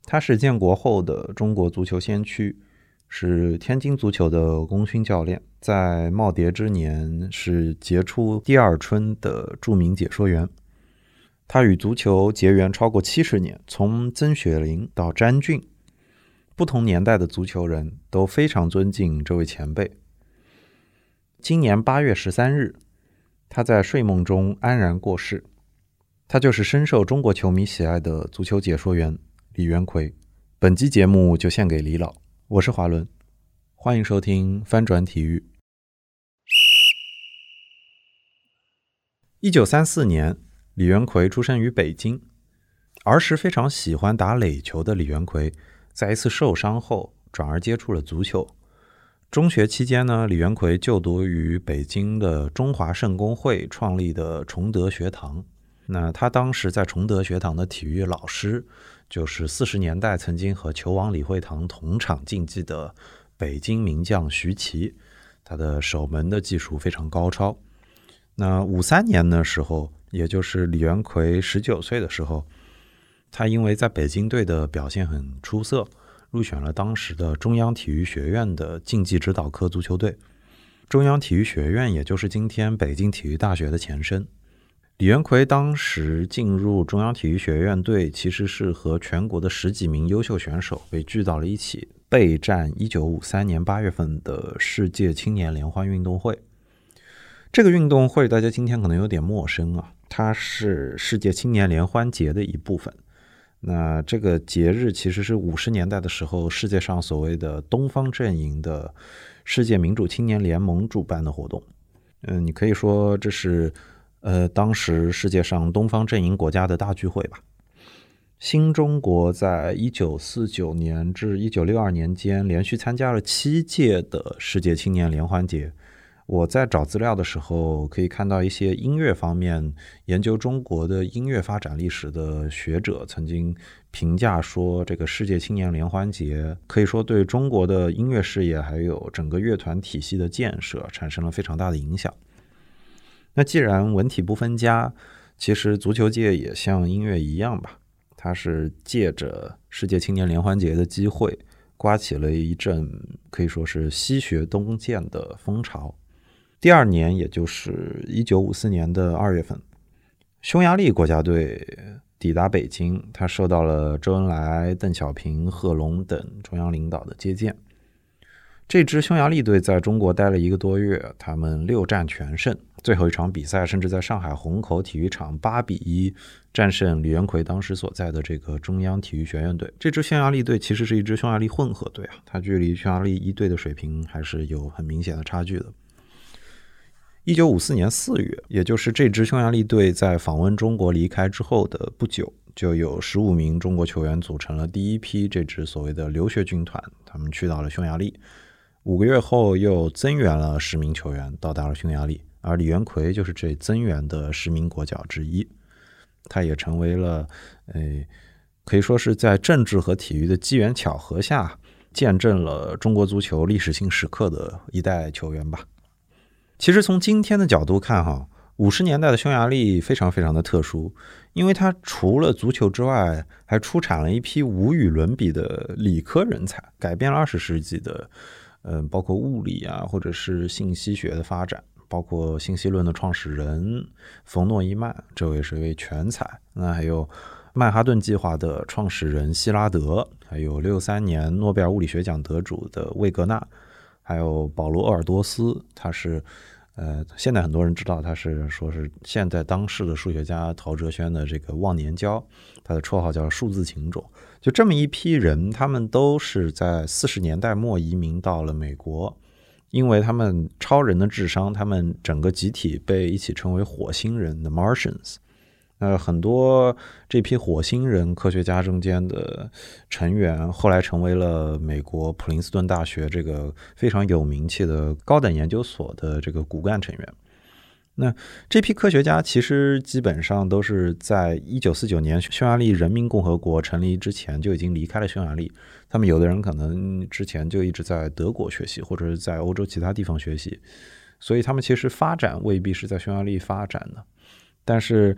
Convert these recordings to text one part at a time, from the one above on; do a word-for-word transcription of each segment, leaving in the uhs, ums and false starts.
他是建国后的中国足球先驱，是天津足球的功勋教练，在耄耋之年是杰出第二春的著名解说员。他与足球结缘超过七十年，从曾雪林到詹俊，不同年代的足球人都非常尊敬这位前辈。今年八月十三日，他在睡梦中安然过世。他就是深受中国球迷喜爱的足球解说员李元奎。本期节目就献给李老，我是华伦，欢迎收听翻转体育。一九三四年，李元奎出生于北京。儿时非常喜欢打垒球的李元奎，在一次受伤后转而接触了足球。中学期间呢，李元奎就读于北京的中华圣公会创立的崇德学堂。那他当时在崇德学堂的体育老师，就是四十年代曾经和球王李惠堂同场竞技的北京名将徐奇，他的守门的技术非常高超。那五三年的时候，也就是李元奎十九岁的时候，他因为在北京队的表现很出色，入选了当时的中央体育学院的竞技指导科足球队。中央体育学院也就是今天北京体育大学的前身。李元奎当时进入中央体育学院队，其实是和全国的十几名优秀选手被聚到了一起，备战一九五三年八月份的世界青年联欢运动会。这个运动会大家今天可能有点陌生啊，它是世界青年联欢节的一部分。那这个节日其实是五十年代的时候，世界上所谓的东方阵营的世界民主青年联盟主办的活动。嗯，你可以说这是呃，当时世界上东方阵营国家的大聚会吧。新中国在一九四九年至一九六二年间连续参加了七届的世界青年联欢节。我在找资料的时候可以看到一些音乐方面研究中国的音乐发展历史的学者曾经评价说，这个世界青年联欢节可以说对中国的音乐事业还有整个乐团体系的建设产生了非常大的影响。那既然文体不分家，其实足球界也像音乐一样吧，它是借着世界青年联欢节的机会，刮起了一阵可以说是西学东渐的风潮。第二年，也就是一九五四年的二月份，匈牙利国家队抵达北京，他受到了周恩来、邓小平、贺龙等中央领导的接见。这支匈牙利队在中国待了一个多月，他们六战全胜，最后一场比赛甚至在上海虹口体育场八比一战胜李元奎当时所在的这个中央体育学院队。这支匈牙利队其实是一支匈牙利混合队啊，它距离匈牙利一队的水平还是有很明显的差距的。一九五四年四月，也就是这支匈牙利队在访问中国离开之后的不久，就有十五名中国球员组成了第一批这支所谓的留学军团，他们去到了匈牙利。五个月后又增援了十名球员到达了匈牙利，而李元奎就是这增援的十名国脚之一。他也成为了呃，可以说是在政治和体育的机缘巧合下，见证了中国足球历史性时刻的一代球员吧。其实从今天的角度看哈，五十年代的匈牙利非常非常的特殊，因为它除了足球之外，还出产了一批无与伦比的理科人才，改变了二十世纪的，嗯，包括物理啊，或者是信息学的发展，包括信息论的创始人冯诺依曼，这位是一位全才。那还有曼哈顿计划的创始人希拉德，还有六三年诺贝尔物理学奖得主的魏格纳，还有保罗鄂尔多斯，他是呃，现在很多人知道他是说是现在当世的数学家陶哲轩的这个忘年交，他的绰号叫数字情种。就这么一批人，他们都是在四十年代末移民到了美国，因为他们超人的智商，他们整个集体被一起称为火星人 The Martians。呃，很多这批火星人科学家中间的成员后来成为了美国普林斯顿大学这个非常有名气的高等研究所的这个骨干成员。那这批科学家其实基本上都是在一九四九年匈牙利人民共和国成立之前就已经离开了匈牙利，他们有的人可能之前就一直在德国学习，或者是在欧洲其他地方学习，所以他们其实发展未必是在匈牙利发展的。但是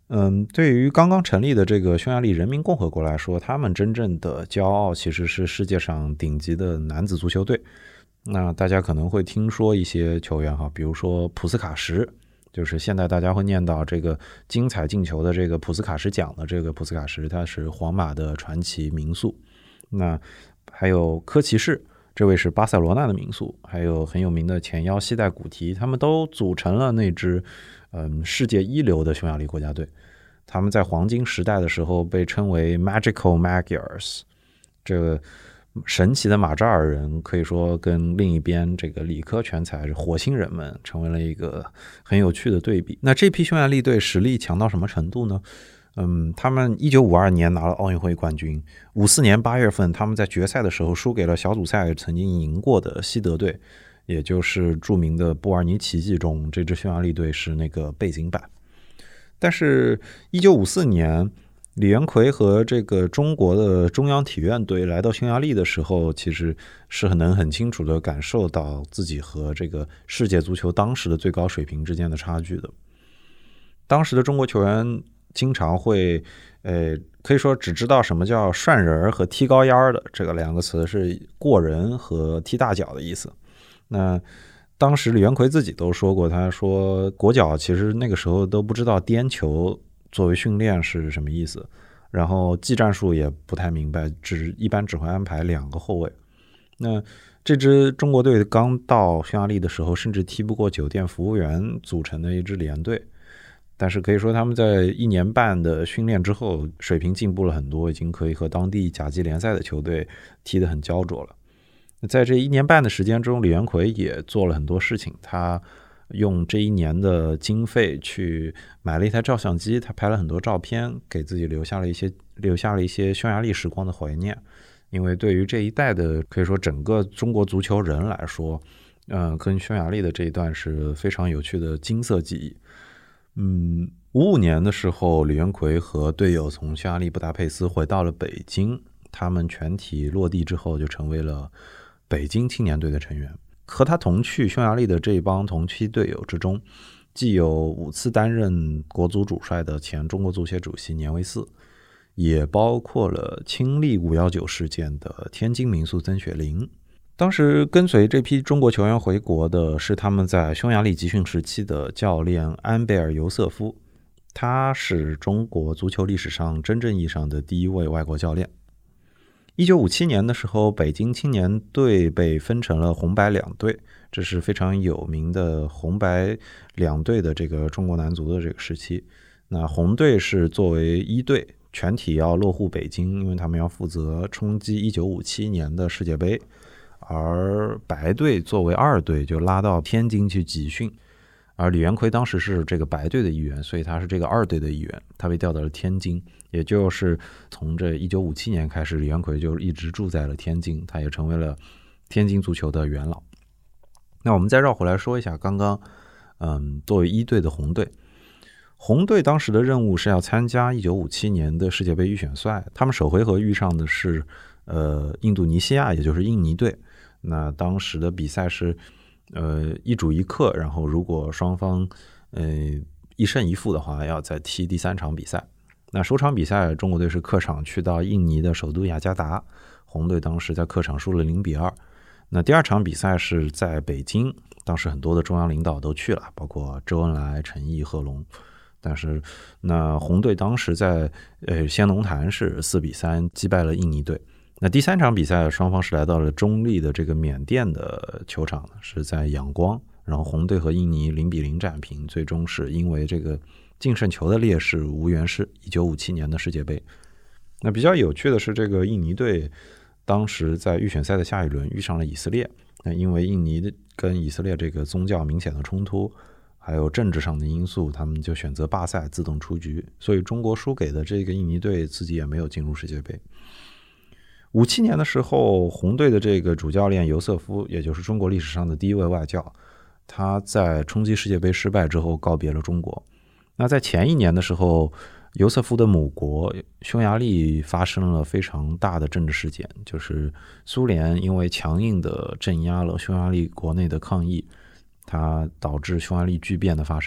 嗯，对于刚刚成立的这个匈牙利人民共和国来说，他们真正的骄傲其实是世界上顶级的男子足球队。那大家可能会听说一些球员哈，比如说普斯卡什，就是现在大家会念到这个精彩进球的这个普斯卡什奖的这个普斯卡什，他是皇马的传奇名宿。那还有科奇士，这位是巴塞罗那的名宿，还有很有名的前腰西代古提，他们都组成了那支嗯世界一流的匈牙利国家队。他们在黄金时代的时候被称为 Magical Magyars， 这个神奇的马扎尔人可以说跟另一边这个理科全才火星人们成为了一个很有趣的对比。那这批匈牙利队实力强到什么程度呢？嗯，他们一九五二年拿了奥运会冠军，五四年八月份他们在决赛的时候输给了小组赛曾经赢过的西德队，也就是著名的布尔尼奇迹中这支匈牙利队是那个背景板。但是一九五四年李元奎和这个中国的中央体院队来到匈牙利的时候，其实是很能很清楚的感受到自己和这个世界足球当时的最高水平之间的差距的。当时的中国球员经常会呃，可以说只知道什么叫涮人和踢高烟的，这个两个词是过人和踢大脚的意思。那当时李元奎自己都说过，他说国脚其实那个时候都不知道颠球作为训练是什么意思，然后技战术也不太明白，只一般只会安排两个后卫。那这支中国队刚到匈牙利的时候，甚至踢不过酒店服务员组成的一支联队，但是可以说他们在一年半的训练之后，水平进步了很多，已经可以和当地甲级联赛的球队踢得很焦灼了。在这一年半的时间中，李元奎也做了很多事情。他用这一年的经费去买了一台照相机，他拍了很多照片，给自己留下了一些留下了一些匈牙利时光的怀念。因为对于这一代的可以说整个中国足球人来说，嗯、呃，跟匈牙利的这一段是非常有趣的金色记忆。嗯，五五年的时候，李元奎和队友从匈牙利布达佩斯回到了北京，他们全体落地之后就成为了北京青年队的成员。和他同去匈牙利的这一帮同期队友之中，既有五次担任国足主帅的前中国足协主席年维四，也包括了亲历五一九事件的天津名宿曾雪林。当时跟随这批中国球员回国的是他们在匈牙利集训时期的教练安贝尔尤瑟夫，他是中国足球历史上真正意义上的第一位外国教练。一九五七年的时候，北京青年队被分成了红白两队，这是非常有名的红白两队的这个中国男足的这个时期。那红队是作为一队，全体要落户北京，因为他们要负责冲击一九五七年的世界杯。而白队作为二队，就拉到天津去集训。而李元奎当时是这个白队的一员，所以他是这个二队的一员，他被调到了天津。也就是从这一九五七年开始，李元奎就一直住在了天津，他也成为了天津足球的元老。那我们再绕回来说一下刚刚嗯，作为一队的红队，红队当时的任务是要参加一九五七年的世界杯预选赛，他们首回合遇上的是呃印度尼西亚，也就是印尼队。那当时的比赛是呃一主一客，然后如果双方呃一胜一负的话，要再踢第三场比赛。那首场比赛中国队是客场去到印尼的首都雅加达，红队当时在客场输了零比二。那第二场比赛是在北京，当时很多的中央领导都去了，包括周恩来、陈毅、贺龙。但是那红队当时在呃先农坛是四比三击败了印尼队。那第三场比赛双方是来到了中立的这个缅甸的球场，是在仰光，然后红队和印尼零比零战平，最终是因为这个净胜球的劣势无缘是一九五七年的世界杯。那比较有趣的是，这个印尼队当时在预选赛的下一轮遇上了以色列，那因为印尼跟以色列这个宗教明显的冲突，还有政治上的因素，他们就选择罢赛自动出局，所以中国输给的这个印尼队自己也没有进入世界杯。五七年的时候，红队的这个主教练尤瑟夫，也就是中国历史上的第一位外教，他在冲击世界杯失败之后告别了中国。那在前一年的时候，尤瑟夫的母国匈牙利发生了非常大的政治事件，就是苏联因为强硬的镇压了匈牙利国内的抗议，它导致匈牙利剧变的发生。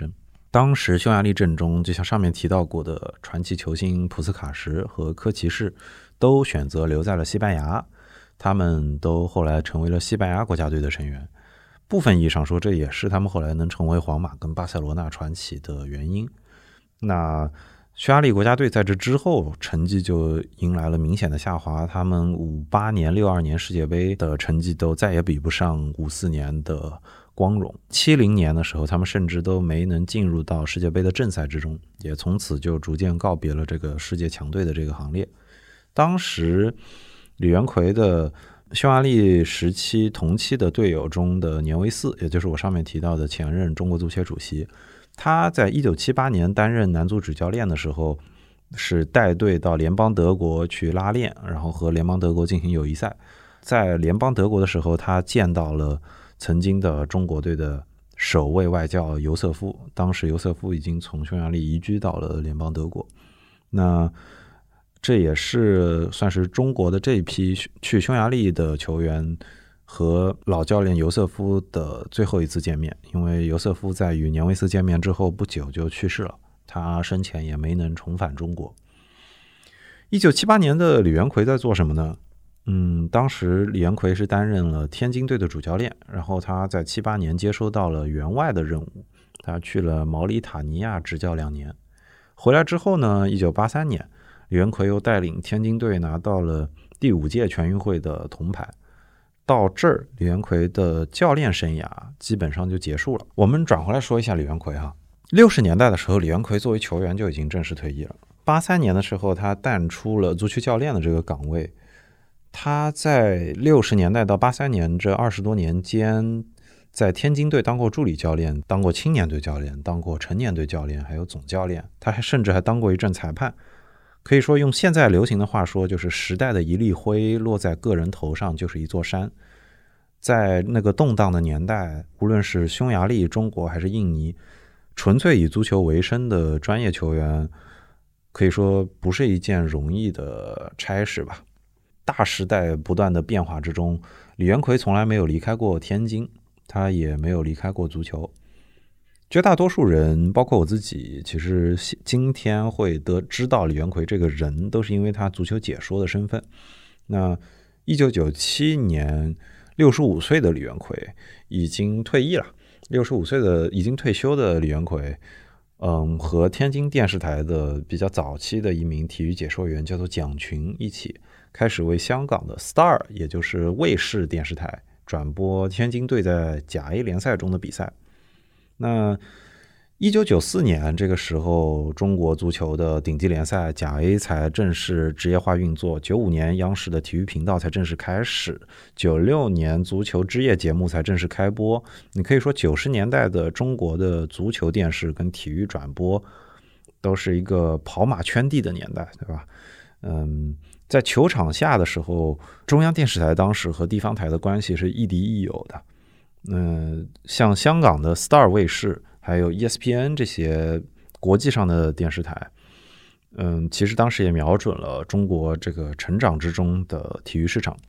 当时匈牙利阵中，就像上面提到过的传奇球星普斯卡什和科奇士都选择留在了西班牙，他们都后来成为了西班牙国家队的成员。部分意义上说，这也是他们后来能成为皇马跟巴塞罗那传奇的原因。那匈牙利国家队在这之后成绩就迎来了明显的下滑，他们五八年、六二年世界杯的成绩都再也比不上五四年的光荣。七零年的时候，他们甚至都没能进入到世界杯的正赛之中，也从此就逐渐告别了这个世界强队的这个行列。当时李元奎的匈牙利时期同期的队友中的年维斯，也就是我上面提到的前任中国足协主席，他在一九七八年担任男足主教练的时候，是带队到联邦德国去拉练，然后和联邦德国进行友谊赛。在联邦德国的时候，他见到了曾经的中国队的首位外教尤瑟夫，当时尤瑟夫已经从匈牙利移居到了联邦德国。那这也是算是中国的这一批去匈牙利的球员和老教练尤瑟夫的最后一次见面，因为尤瑟夫在与年维斯见面之后不久就去世了，他生前也没能重返中国。一九七八年的李元奎在做什么呢？嗯，当时李元奎是担任了天津队的主教练，然后他在七八年接收到了援外的任务，他去了毛里塔尼亚执教两年。回来之后呢，一九八三年李元奎又带领天津队拿到了第五届全运会的铜牌。到这儿，李元奎的教练生涯基本上就结束了。我们转回来说一下李元奎哈。六十年代的时候，李元奎作为球员就已经正式退役了。八三年的时候，他淡出了足球教练的这个岗位。他在六十年代到八三年这二十多年间，在天津队当过助理教练，当过青年队教练，当过成年队教练，还有总教练。他还甚至还当过一阵裁判。可以说用现在流行的话说，就是时代的一粒灰落在个人头上就是一座山。在那个动荡的年代，无论是匈牙利、中国还是印尼，纯粹以足球为生的专业球员，可以说不是一件容易的差事吧。大时代不断的变化之中，李元奎从来没有离开过天津，他也没有离开过足球。绝大多数人，包括我自己，其实今天会得知道李元奎这个人，都是因为他足球解说的身份。那一九九七年，六十五岁的李元奎已经退役了。六十五岁的已经退休的李元奎，嗯，和天津电视台的比较早期的一名体育解说员叫做蒋群一起，开始为香港的 Star， 也就是卫视电视台转播天津队在甲 A 联赛中的比赛。那一九九四年这个时候，中国足球的顶级联赛甲 A 才正式职业化运作，九五年央视的体育频道才正式开始，九六年足球之夜节目才正式开播。你可以说九十年代的中国的足球电视跟体育转播都是一个跑马圈地的年代，对吧？嗯，在球场下的时候，中央电视台当时和地方台的关系是亦敌亦友的。嗯，像香港的 Star 卫视还有 E S P N 这些国际上的电视台，嗯，其实当时也瞄准了中国这个成长之中的体育市场。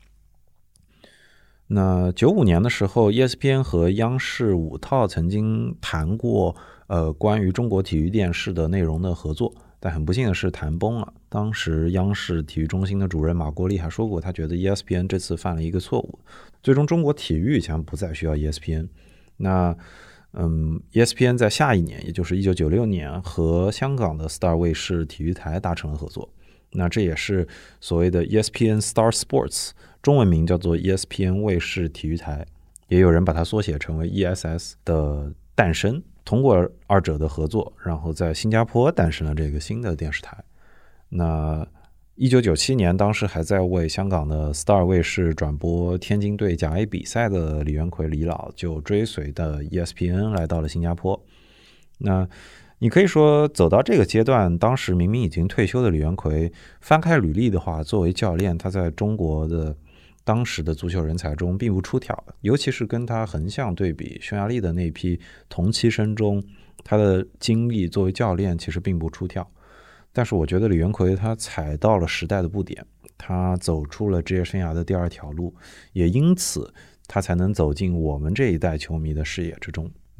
那九五年的时候 E S P N 和央视五套曾经谈过呃关于中国体育电视的内容的合作，但很不幸的是谈崩了。当时央视体育中心的主任马国立还说过，他觉得 E S P N 这次犯了一个错误，最终中国体育将不再需要 E S P N。 那嗯 ，E S P N 在下一年，也就是一九九六年，和香港的 Star 卫视体育台达成了合作。那这也是所谓的 E S P N Star Sports， 中文名叫做 E S P N 卫视体育台，也有人把它缩写成为 E S S 的诞生。通过二者的合作，然后在新加坡诞生了这个新的电视台。那一九九七年，当时还在为香港的 Star 卫视转播天津队甲 A 比赛的李元奎李老，就追随的 E S P N 来到了新加坡。那你可以说走到这个阶段，当时明明已经退休的李元奎翻开履历的话，作为教练，他在中国的当时的足球人才中并不出挑，尤其是跟他横向对比匈牙利的那批同期生中，他的经历作为教练其实并不出挑。但是我觉得李元奎他踩到了时代的不点，他走出了职业生涯的第二条路，也因此他才能走进我们这一代球迷的视野之中。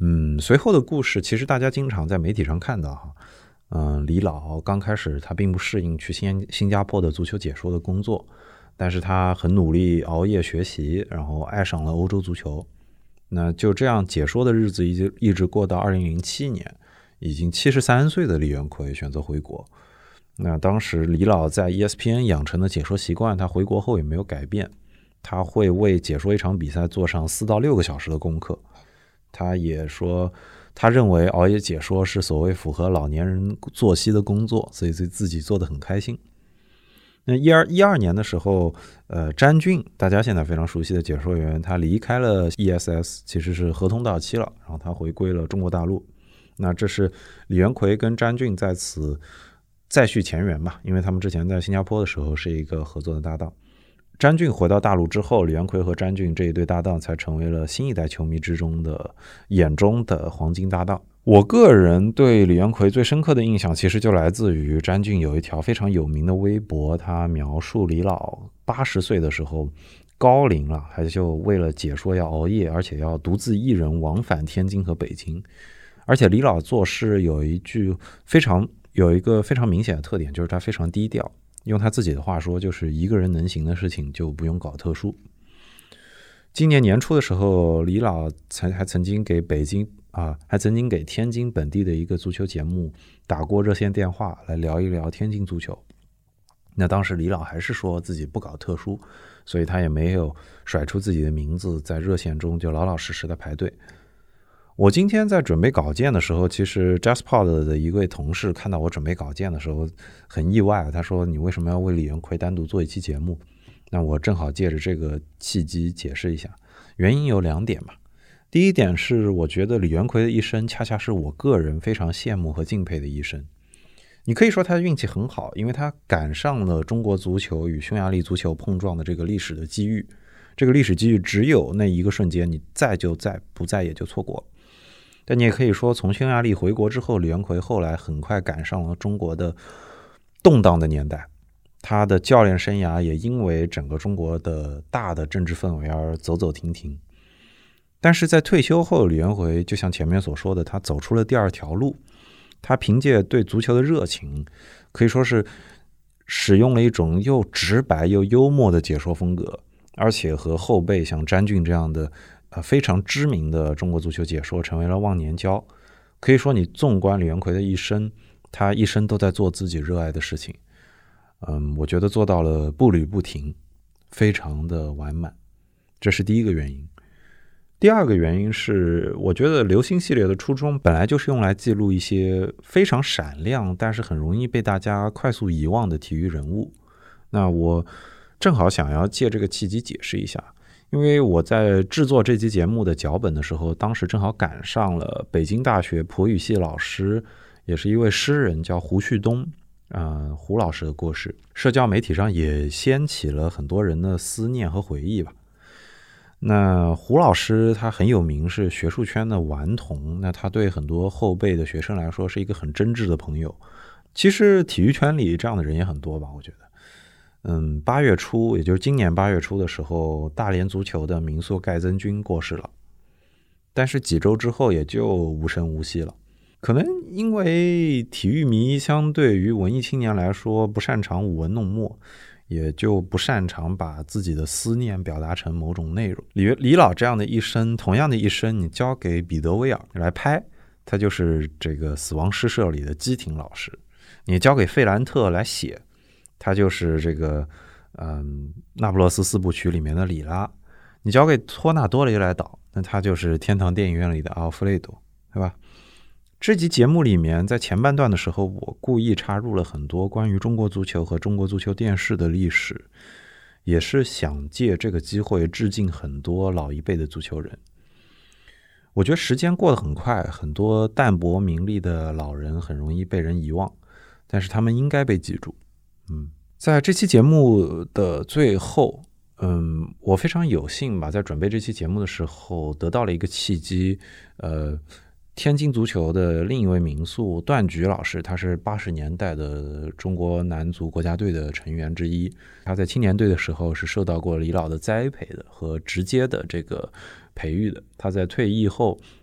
嗯，随后的故事其实大家经常在媒体上看到哈，嗯，李老刚开始他并不适应去新新加坡的足球解说的工作，但是他很努力熬夜学习，然后爱上了欧洲足球。那就这样解说的日子一直一直过到二零零七年，已经七十三岁的李元奎选择回国。那当时李老在 E S P N 养成的解说习惯，他回国后也没有改变，他会为解说一场比赛做上四到六个小时的功课。他也说他认为熬夜解说是所谓符合老年人作息的工作，所以自己做得很开心。那一二一二年的时候，呃，詹俊大家现在非常熟悉的解说员，他离开了 E S S， 其实是合同到期了，然后他回归了中国大陆。那这是李元奎跟詹俊在此再续前缘吧，因为他们之前在新加坡的时候是一个合作的搭档。詹俊回到大陆之后，李元奎和詹俊这一对搭档才成为了新一代球迷之中的眼中的黄金搭档。我个人对李元奎最深刻的印象，其实就来自于詹俊有一条非常有名的微博，他描述李老八十岁的时候高龄了，还就为了解说要熬夜，而且要独自一人往返天津和北京。而且李老做事有一句非常有一个非常明显的特点，就是他非常低调。用他自己的话说，就是一个人能行的事情就不用搞特殊。今年年初的时候，李老曾还曾经给北京啊，还曾经给天津本地的一个足球节目打过热线电话，来聊一聊天津足球。那当时李老还是说自己不搞特殊，所以他也没有甩出自己的名字，在热线中就老老实实的排队。我今天在准备稿件的时候，其实 JazzPod 的一位同事看到我准备稿件的时候很意外，他说你为什么要为李元奎单独做一期节目？那我正好借着这个契机解释一下，原因有两点吧。第一点是我觉得李元奎的一生恰恰是我个人非常羡慕和敬佩的一生。你可以说他的运气很好，因为他赶上了中国足球与匈牙利足球碰撞的这个历史的机遇，这个历史机遇只有那一个瞬间，你在就在，不在也就错过了。但你也可以说，从匈牙利回国之后，李元奎后来很快赶上了中国的动荡的年代，他的教练生涯也因为整个中国的大的政治氛围而走走停停。但是在退休后，李元奎就像前面所说的，他走出了第二条路。他凭借对足球的热情，可以说是使用了一种又直白又幽默的解说风格，而且和后辈像詹俊这样的呃，非常知名的中国足球解说成为了忘年交。可以说你纵观李元奎的一生，他一生都在做自己热爱的事情。嗯，我觉得做到了步履不停，非常的完满，这是第一个原因。第二个原因是，我觉得流星系列的初衷本来就是用来记录一些非常闪亮但是很容易被大家快速遗忘的体育人物。那我正好想要借这个契机解释一下，因为我在制作这期节目的脚本的时候，当时正好赶上了北京大学普语系老师，也是一位诗人，叫胡旭东，呃，胡老师的过世，社交媒体上也掀起了很多人的思念和回忆吧。那胡老师他很有名，是学术圈的顽童，那他对很多后辈的学生来说是一个很真挚的朋友。其实体育圈里这样的人也很多吧，我觉得。嗯，八月初，也就是今年八月初的时候，大连足球的名宿盖增军过世了，但是几周之后也就无声无息了。可能因为体育迷相对于文艺青年来说不擅长舞文弄墨，也就不擅长把自己的思念表达成某种内容。李李老这样的一生，同样的一生，你交给彼得威尔来拍，他就是这个死亡诗社里的基廷老师；你交给费兰特来写，他就是这个嗯那不勒斯四部曲里面的里拉；你交给托纳多雷来导，那他就是天堂电影院里的阿尔弗雷多，对吧？这集节目里面，在前半段的时候，我故意插入了很多关于中国足球和中国足球电视的历史，也是想借这个机会致敬很多老一辈的足球人。我觉得时间过得很快，很多淡泊名利的老人很容易被人遗忘，但是他们应该被记住。嗯，在这期节目的最后，嗯，我非常有幸吧，在准备这期节目的时候得到了一个契机，呃。天津足球的另一位名宿段菊老师，他是八十年代的中国男足国家队的成员之一。他在青年队的时候是受到过李老的栽培的和直接的这个培育的。他在退役后，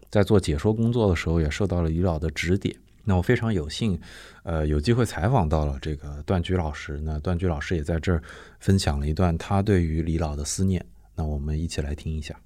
在做解说工作的时候也受到了李导的指点。那我非常有幸呃，有机会采访到了这个段居老师，那段居老师也在这儿分享了一段他对于李老的思念，那我们一起来听一下。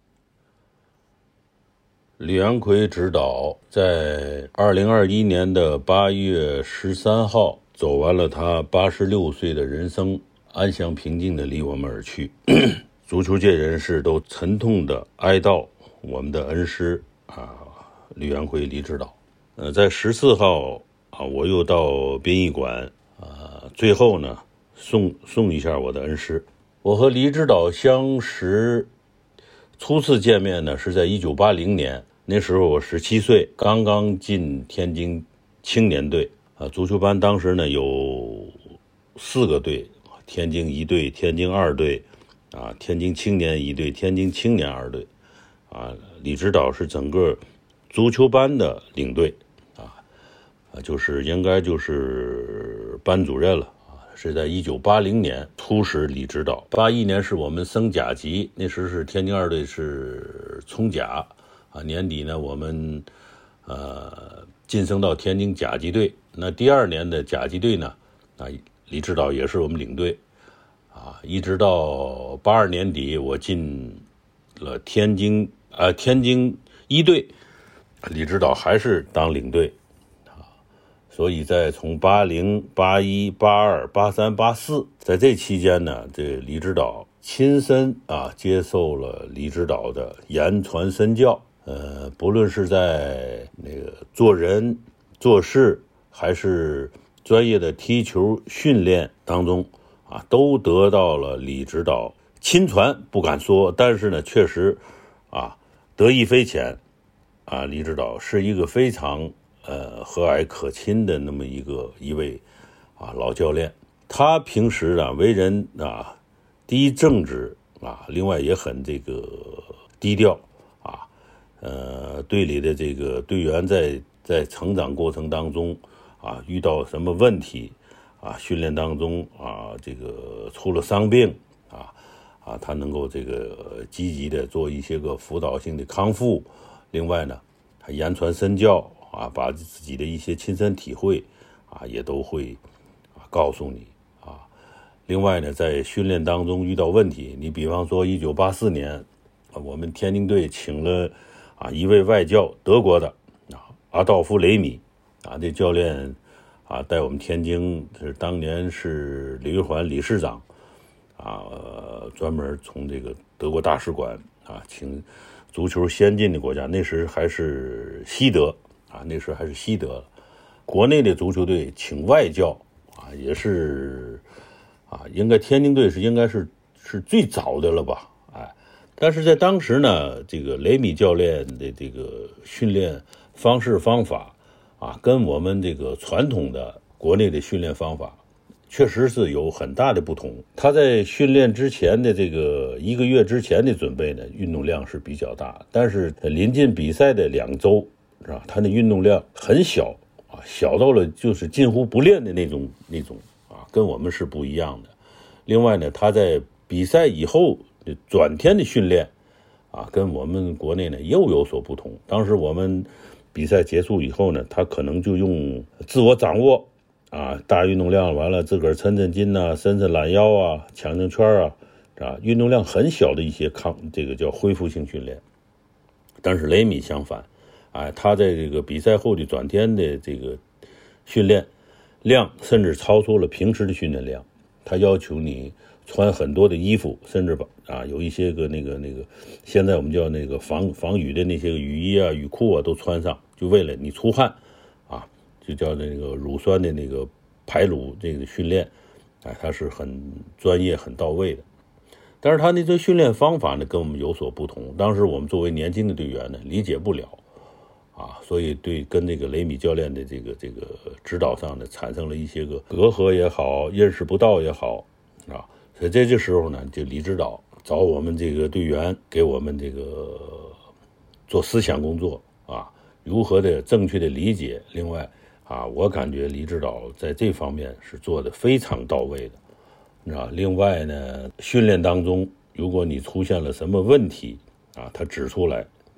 李元奎指导在二零二一年的八月十三号走完了他八十六岁的人生，安详平静的离我们而去。足球界人士都沉痛的哀悼我们的恩师啊，李元奎李指导。呃，在十四号啊，我又到殡仪馆啊，最后呢送送一下我的恩师。我和李指导相识初次见面呢是在一九八零年，那时候我十七岁，刚刚进天津青年队啊，足球班当时呢有四个队，天津一队、天津二队啊，天津青年一队、天津青年二队啊，李指导是整个足球班的领队啊，就是应该就是班主任了啊，是在一九八零年初始李指导，八一年是我们升甲级，那时是天津二队是冲甲啊，年底呢我们呃晋升到天津甲级队，那第二年的甲级队呢啊，李指导也是我们领队啊，一直到八二年底我进了天津啊天津一队，李指导还是当领队啊，所以在从八零、八一、八二、八三、八四，在这期间呢，这李指导亲身啊接受了李指导的言传身教，呃，不论是在那个做人、做事，还是专业的踢球训练当中啊，都得到了李指导亲传，不敢说，但是呢，确实啊得益匪浅。啊，李指导是一个非常呃和蔼可亲的那么一个一位啊老教练。他平时啊为人啊第一正直啊，另外也很这个低调啊。呃，队里的这个队员在在成长过程当中啊，遇到什么问题啊，训练当中啊，这个出了伤病啊啊，他能够这个积极的做一些个辅导性的康复。另外呢，他言传身教啊，把自己的一些亲身体会啊，也都会啊告诉你啊。另外呢，在训练当中遇到问题，你比方说一九八四年啊，我们天津队请了啊一位外教，德国的啊阿道夫雷米啊，这教练啊带我们天津是当年是李玉环理事长啊、呃，专门从这个德国大使馆啊请足球先进的国家，那时还是西德啊，那时还是西德。国内的足球队请外教啊，也是啊，应该天津队是应该是是最早的了吧？哎，但是在当时呢，这个雷米教练的这个训练方式方法啊，跟我们这个传统的国内的训练方法确实是有很大的不同。他在训练之前的这个一个月之前的准备呢，运动量是比较大，但是临近比赛的两周，是吧？他的运动量很小啊，小到了就是近乎不练的那种那种啊，跟我们是不一样的。另外呢，他在比赛以后的转天的训练啊，跟我们国内呢又有所不同。当时我们比赛结束以后呢，他可能就用自我掌握。啊，大运动量完了，自个儿抻抻筋呐、伸伸懒腰啊、抢抢圈啊，啊，运动量很小的一些抗，这个叫恢复性训练。但是雷米相反，哎，他在这个比赛后的转天的这个训练量，甚至超出了平时的训练量。他要求你穿很多的衣服，甚至把啊有一些个那个那个，现在我们叫那个防防雨的那些个雨衣啊、雨裤啊都穿上，就为了你出汗。就叫那个乳酸的那个排乳这个训练，哎，它是很专业、很到位的。但是他那这训练方法呢，跟我们有所不同。当时我们作为年轻的队员呢，理解不了啊，所以对跟这个雷米教练的这个这个指导上呢，产生了一些个隔阂也好，认识不到也好啊。所以在这时候呢，就李指导找我们这个队员，给我们这个做思想工作啊，如何的正确的理解。另外啊，我感觉李指导在这方面是做得非常到位的，啊，另外呢，训练当中，如果你出现了什么问题啊，他指出来，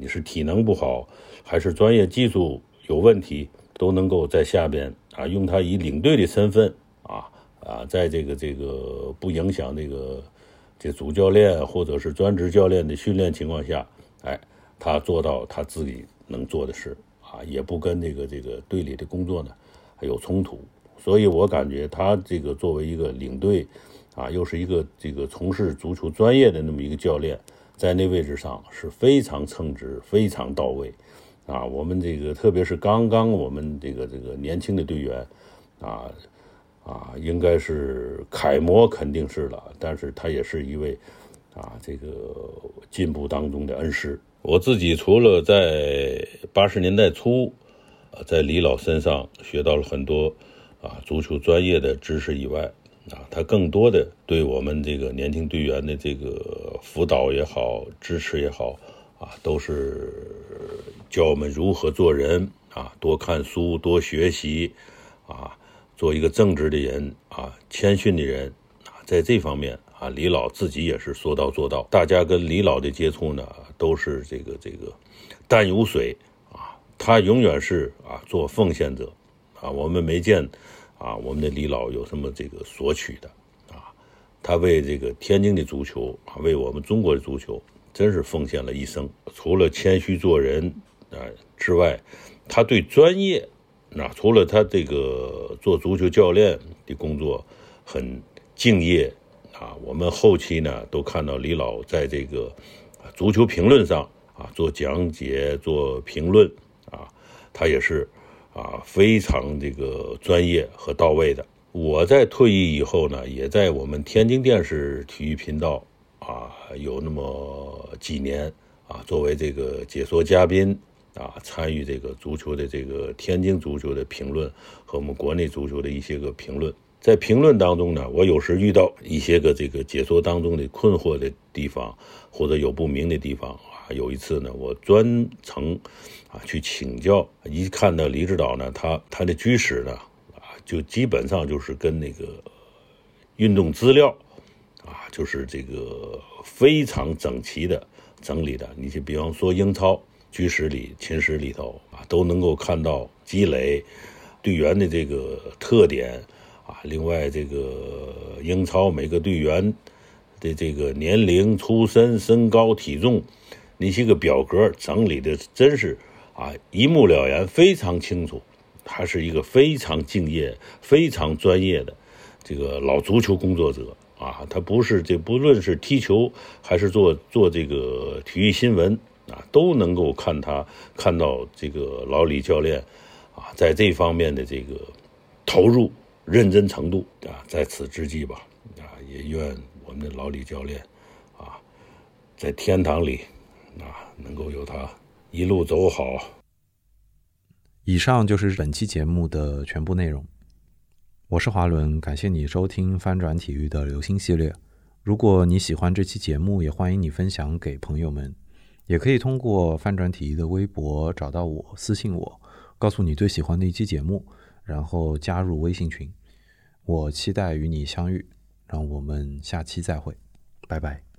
你是体能不好，还是专业技术有问题，都能够在下边啊，用他以领队的身份啊啊，在这个这个不影响这个这主教练或者是专职教练的训练情况下，哎，他做到他自己能做的事啊，也不跟这个这个队里的工作呢还有冲突。所以我感觉他这个作为一个领队啊，又是一个这个从事足球专业的那么一个教练，在那位置上是非常称职，非常到位啊。我们这个特别是刚刚我们这个这个年轻的队员啊啊，应该是楷模肯定是了，但是他也是一位啊这个进步当中的恩师。我自己除了在八十年代初在李老身上学到了很多啊，足球专业的知识以外，啊，他更多的对我们这个年轻队员的这个辅导也好，支持也好，啊，都是教我们如何做人啊，多看书，多学习，啊，做一个正直的人啊，谦逊的人啊，在这方面啊，李老自己也是说到做到。大家跟李老的接触呢，都是这个这个淡如水啊，他永远是啊做奉献者啊，我们没见。啊，我们的李老有什么这个索取的啊？他为这个天津的足球啊，为我们中国的足球，真是奉献了一生。除了谦虚做人啊之外，他对专业，那、啊、除了他这个做足球教练的工作很敬业啊，我们后期呢都看到李老在这个足球评论上啊做讲解、做评论啊，他也是。啊，非常这个专业和到位的。我在退役以后呢，也在我们天津电视体育频道啊，有那么几年啊，作为这个解说嘉宾啊，参与这个足球的这个天津足球的评论和我们国内足球的一些个评论。在评论当中呢，我有时遇到一些个这个解说当中的困惑的地方，或者有不明的地方啊。有一次呢，我专程啊去请教，一看到李指导呢，他他的居室呢啊，就基本上就是跟那个运动资料啊，就是这个非常整齐的整理的。你就比方说英超居室里、寝室里头啊，都能够看到积累队员的这个特点。啊，另外这个英超每个队员的这个年龄、出身、身高、体重，那些个表格整理的真是啊一目了然，非常清楚。他是一个非常敬业、非常专业的这个老足球工作者啊。他不是这不论是踢球还是做做这个体育新闻啊，都能够看他看到这个老李教练啊在这方面的这个投入。认真程度啊，在此之际吧，啊，也愿我们的老李教练啊，在天堂里啊，能够有他一路走好。 以上就是本期节目的全部内容。我是华伦，感谢你收听翻转体育的流星系列。如果你喜欢这期节目，也欢迎你分享给朋友们，也可以通过翻转体育的微博找到我，私信我，告诉你最喜欢的一期节目。然后加入微信群，我期待与你相遇，让我们下期再会，拜拜。